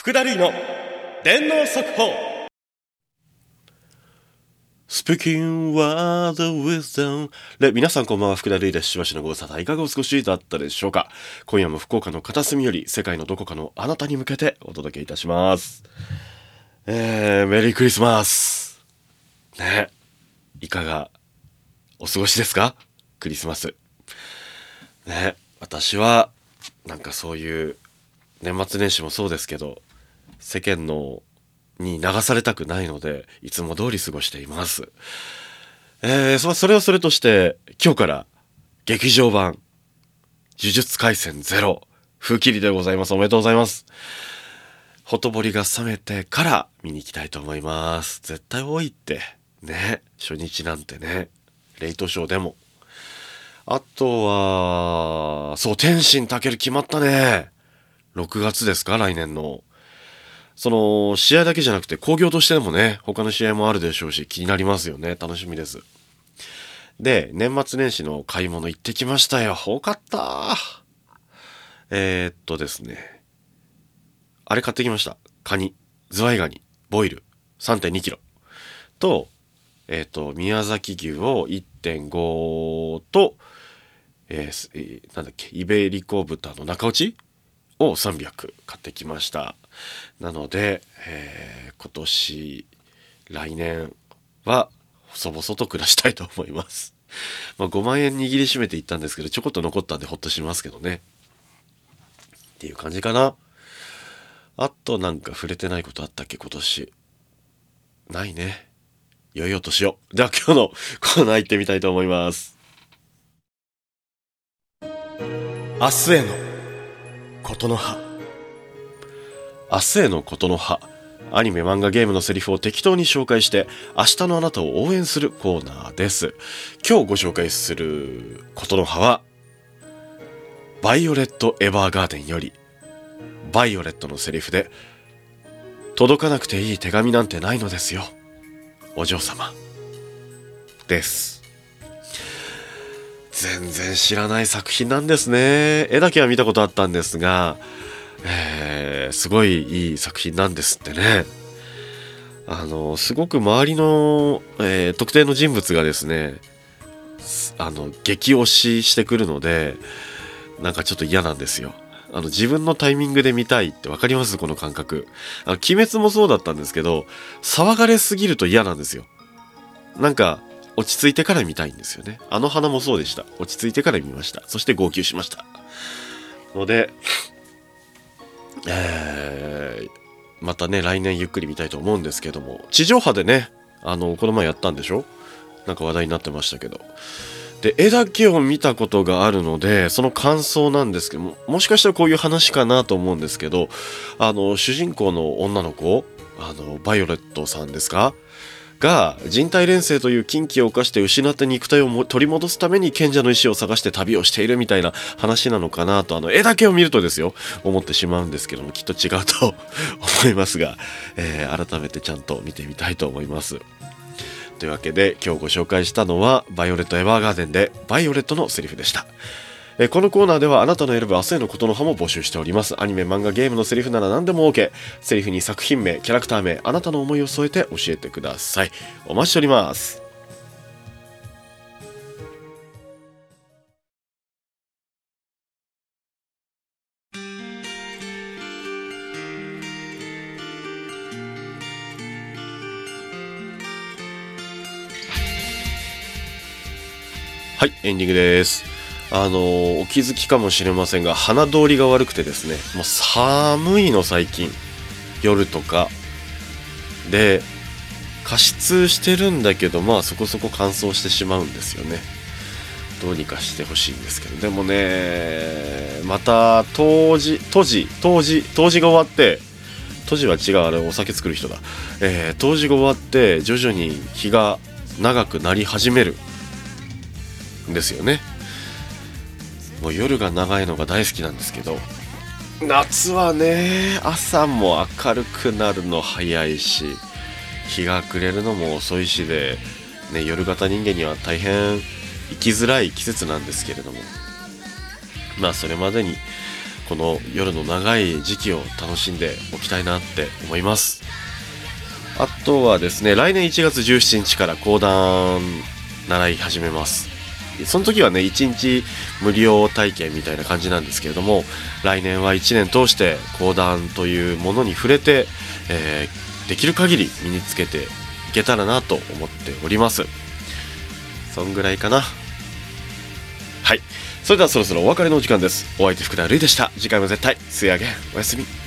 福田類の電脳速報。Speaking word wisdom。皆さんこんばんは、福田類です。しばしのご無沙汰いかがお過ごしだったでしょうか。今夜も福岡の片隅より世界のどこかのあなたに向けてお届けいたします。メリークリスマスね。いかがお過ごしですか？クリスマスね。私はなんかそういう年末年始もそうですけど、世間のに流されたくないのでいつも通り過ごしています。それはそれとして今日から劇場版呪術廻戦0風切りでございます。おめでとうございます。ほとぼりが冷めてから見に行きたいと思います。絶対多いってね、初日なんてね、レイトショーでも。あとは天心たける決まったね。6月ですか、来年の。その試合だけじゃなくて興行としてもね、他の試合もあるでしょうし気になりますよね。楽しみです。で、年末年始の買い物行ってきましたよ。多かった。ですね、あれ買ってきました。カニ、ズワイガニ、ボイル 3.2 キロと、宮崎牛を 1.5 と、なんだっけ、イベリコ豚の中落ちを300買ってきました。なので、今年来年は細々と暮らしたいと思います。5万円握りしめていったんですけど、ちょこっと残ったんでほっとしますけどねっていう感じかな。あとなんか触れてないことあったっけ？今年ないね。良いお年を。では今日のコーナー行ってみたいと思います。明日へのことの葉。明日へのことの葉。アニメ、漫画、ゲームのセリフを適当に紹介して明日のあなたを応援するコーナーです。今日ご紹介することの葉はバイオレット・エヴァーガーデンより、バイオレットのセリフで、届かなくていい手紙なんてないのですよ、お嬢様です。全然知らない作品なんですね。絵だけは見たことあったんですが、すごいいい作品なんですってね。すごく周りの、特定の人物がですね、激推ししてくるので、なんかちょっと嫌なんですよ。自分のタイミングで見たいってわかります？この感覚。鬼滅もそうだったんですけど、騒がれすぎると嫌なんですよ。なんか落ち着いてから見たいんですよね。花もそうでした。落ち着いてから見ました。そして号泣しましたので、またね、来年ゆっくり見たいと思うんですけども、地上波でね、この前やったんでしょ？なんか話題になってましたけど。で、絵だけを見たことがあるので、その感想なんですけども、もしかしたらこういう話かなと思うんですけど、主人公の女の子、バイオレットさんですか？が人体錬成という禁忌を犯して失った肉体を取り戻すために賢者の石を探して旅をしているみたいな話なのかなと、絵だけを見るとですよ、思ってしまうんですけども、きっと違うと思いますが、改めてちゃんと見てみたいと思います。というわけで今日ご紹介したのはバイオレット・エヴァーガーデンでバイオレットのセリフでした。このコーナーではあなたの選ぶ明日へのことの葉も募集しております。アニメ、漫画、ゲームのセリフなら何でも OK。 セリフに作品名、キャラクター名、あなたの思いを添えて教えてください。お待ちしております。はい、エンディングです。お気づきかもしれませんが、鼻通りが悪くてですね、もう寒いの最近。夜とかで加湿してるんだけど、そこそこ乾燥してしまうんですよね。どうにかしてほしいんですけど、でもね、また冬至が終わって、冬至は違う、あれお酒作る人だ。冬至が終わって徐々に日が長くなり始めるんですよね。もう夜が長いのが大好きなんですけど、夏はね、朝も明るくなるの早いし、日が暮れるのも遅いしで、ね、夜型人間には大変生きづらい季節なんですけれども、それまでにこの夜の長い時期を楽しんでおきたいなって思います。あとはですね、来年1月17日から講談習い始めます。その時はね、1日無料体験みたいな感じなんですけれども、来年は1年通して講談というものに触れて、できる限り身につけていけたらなと思っております。そんぐらいかな。はい、それではそろそろお別れのお時間です。お相手福田るいでした。次回も絶対吸い上げおやすみ。